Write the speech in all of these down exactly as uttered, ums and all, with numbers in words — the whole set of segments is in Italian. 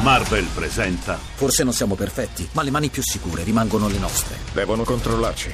Marvel presenta. Forse non siamo perfetti, ma le mani più sicure rimangono le nostre. Devono controllarci.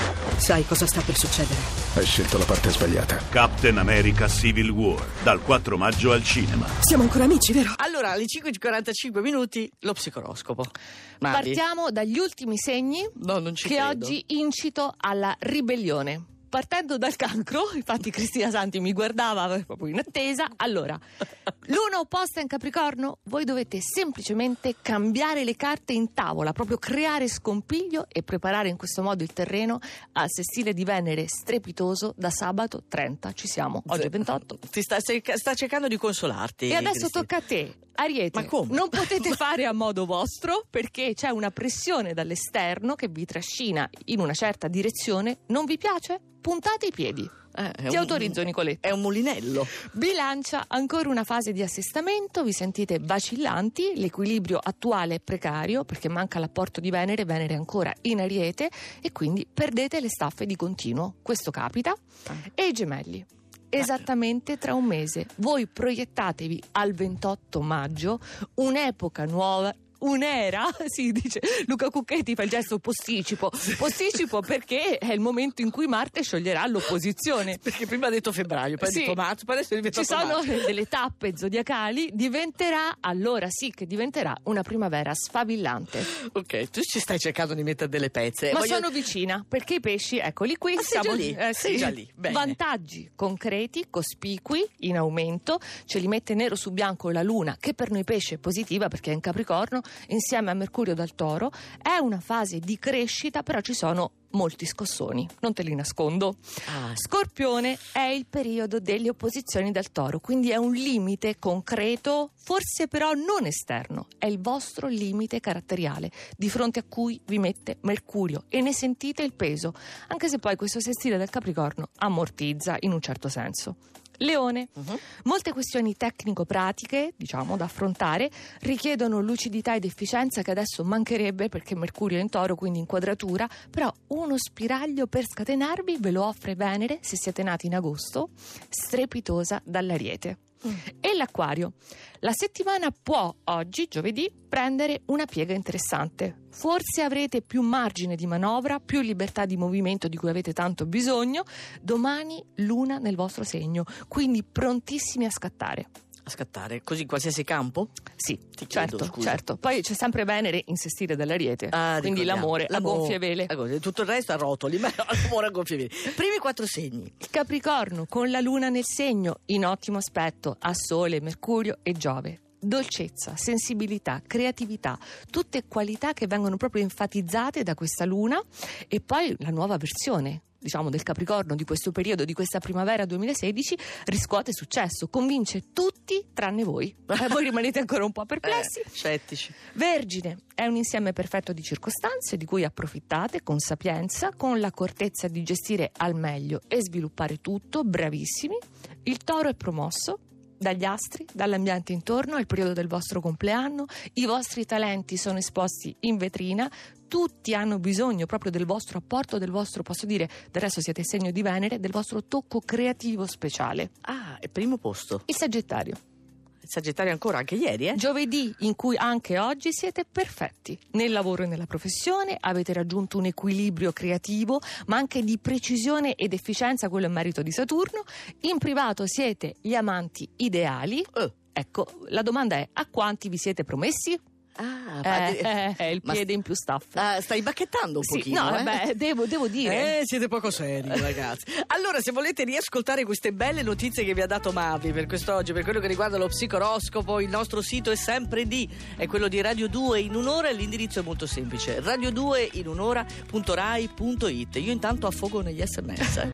Sai cosa sta per succedere? Hai scelto la parte sbagliata. Captain America Civil War, dal quattro maggio al cinema. Siamo ancora amici, vero? Allora, alle cinque e quarantacinque minuti, lo psicoroscopo. Mavi. Partiamo dagli ultimi segni No, non ci che credo. oggi incito alla ribellione. Partendo dal cancro, infatti Cristina Santi mi guardava proprio in attesa. Allora, luna opposta in Capricorno, voi dovete semplicemente cambiare le carte in tavola, proprio creare scompiglio e preparare in questo modo il terreno al sestile di Venere strepitoso da sabato trenta. Ci siamo, oggi è ventotto. Ti sta, sta cercando di consolarti. E adesso Cristina. tocca a te, Ariete. Ma come? Non potete fare a modo vostro perché c'è una pressione dall'esterno che vi trascina in una certa direzione. Non vi piace? Puntate i piedi. Eh, è Ti un- autorizzo, Nicoletta. È un mulinello. Bilancia, ancora una fase di assestamento, vi sentite vacillanti, l'equilibrio attuale è precario perché manca l'apporto di Venere, Venere è ancora in Ariete e quindi perdete le staffe di continuo. Questo capita. E i Gemelli. Esattamente tra un mese voi proiettatevi al ventotto maggio, un'epoca nuova, un'era, si dice, Luca Cucchetti fa il gesto posticipo, posticipo perché è il momento in cui Marte scioglierà l'opposizione. Perché prima ha detto febbraio, poi Sì. ha detto marzo, poi adesso è diventato Ci sono marzo. delle tappe zodiacali, diventerà, allora sì che diventerà una primavera sfavillante. Ok, tu ci stai cercando di mettere delle pezze. Ma Voglio- sono vicina, perché i pesci, eccoli qui, Ah, sei siamo già lì? eh, Sei già lì, bene. Vantaggi concreti, cospicui, in aumento, ce li mette nero su bianco la Luna, che per noi pesci è positiva perché è in Capricorno, insieme a Mercurio dal Toro. È una fase di crescita, però ci sono molti scossoni, non te li nascondo. Ah, Scorpione è il periodo delle opposizioni dal Toro, quindi è un limite concreto, forse però non esterno, è il vostro limite caratteriale di fronte a cui vi mette Mercurio e ne sentite il peso, anche se poi questo sestile del Capricorno ammortizza in un certo senso. Leone, uh-huh. molte questioni tecnico-pratiche, diciamo, da affrontare, richiedono lucidità ed efficienza che adesso mancherebbe perché Mercurio è in Toro, quindi in quadratura, però uno spiraglio per scatenarvi ve lo offre Venere, se siete nati in agosto, strepitosa dall'Ariete. Mm. E l'Acquario, la settimana può oggi, giovedì, prendere una piega interessante. Forse avrete più margine di manovra, più libertà di movimento di cui avete tanto bisogno. Domani Luna nel vostro segno, quindi prontissimi a scattare. A scattare, così in qualsiasi campo? Sì, Ti chiedo, certo, scusa. certo. Poi c'è sempre Venere in sestile dall'Ariete, Ah, quindi ricordiamo. l'amore a L'amore- gonfie vele. a gonfie- Tutto il resto a rotoli, ma l'amore a gonfie vele. Primi quattro segni. Il Capricorno con la Luna nel segno, in ottimo aspetto a Sole, Mercurio e Giove. Dolcezza, sensibilità, creatività, tutte qualità che vengono proprio enfatizzate da questa Luna. E poi la nuova versione, diciamo, del Capricorno di questo periodo, di questa primavera duemilasedici, riscuote successo, convince tutti tranne voi. Eh, voi rimanete ancora un po' perplessi. Eh, scettici. Vergine è un insieme perfetto di circostanze di cui approfittate con sapienza, con l'accortezza di gestire al meglio e sviluppare tutto, bravissimi. Il Toro è promosso dagli astri, dall'ambiente intorno, è il periodo del vostro compleanno, i vostri talenti sono esposti in vetrina, tutti hanno bisogno proprio del vostro apporto, del vostro, posso dire, del resto siete segno di Venere, del vostro tocco creativo speciale. Ah, è primo posto. Il Sagittario. Il Sagittario ancora, anche ieri, eh? Giovedì in cui anche oggi siete perfetti nel lavoro e nella professione, avete raggiunto un equilibrio creativo ma anche di precisione ed efficienza, quello è merito di Saturno. In privato siete gli amanti ideali. Eh. Ecco, la domanda è: a quanti vi siete promessi? Ah, Eh, ma- eh, eh, il ma- piede in più staffe. Ah, stai bacchettando un Sì, pochino, no, eh? beh, devo, devo dire. Eh, siete poco seri, ragazzi. Allora, se volete riascoltare queste belle notizie che vi ha dato Mavi per quest'oggi, per quello che riguarda lo psicoroscopo, il nostro sito è sempre di, è quello di Radio due in un'ora e l'indirizzo è molto semplice: radio due in un'ora punto rai punto it. Io intanto affogo negli sms.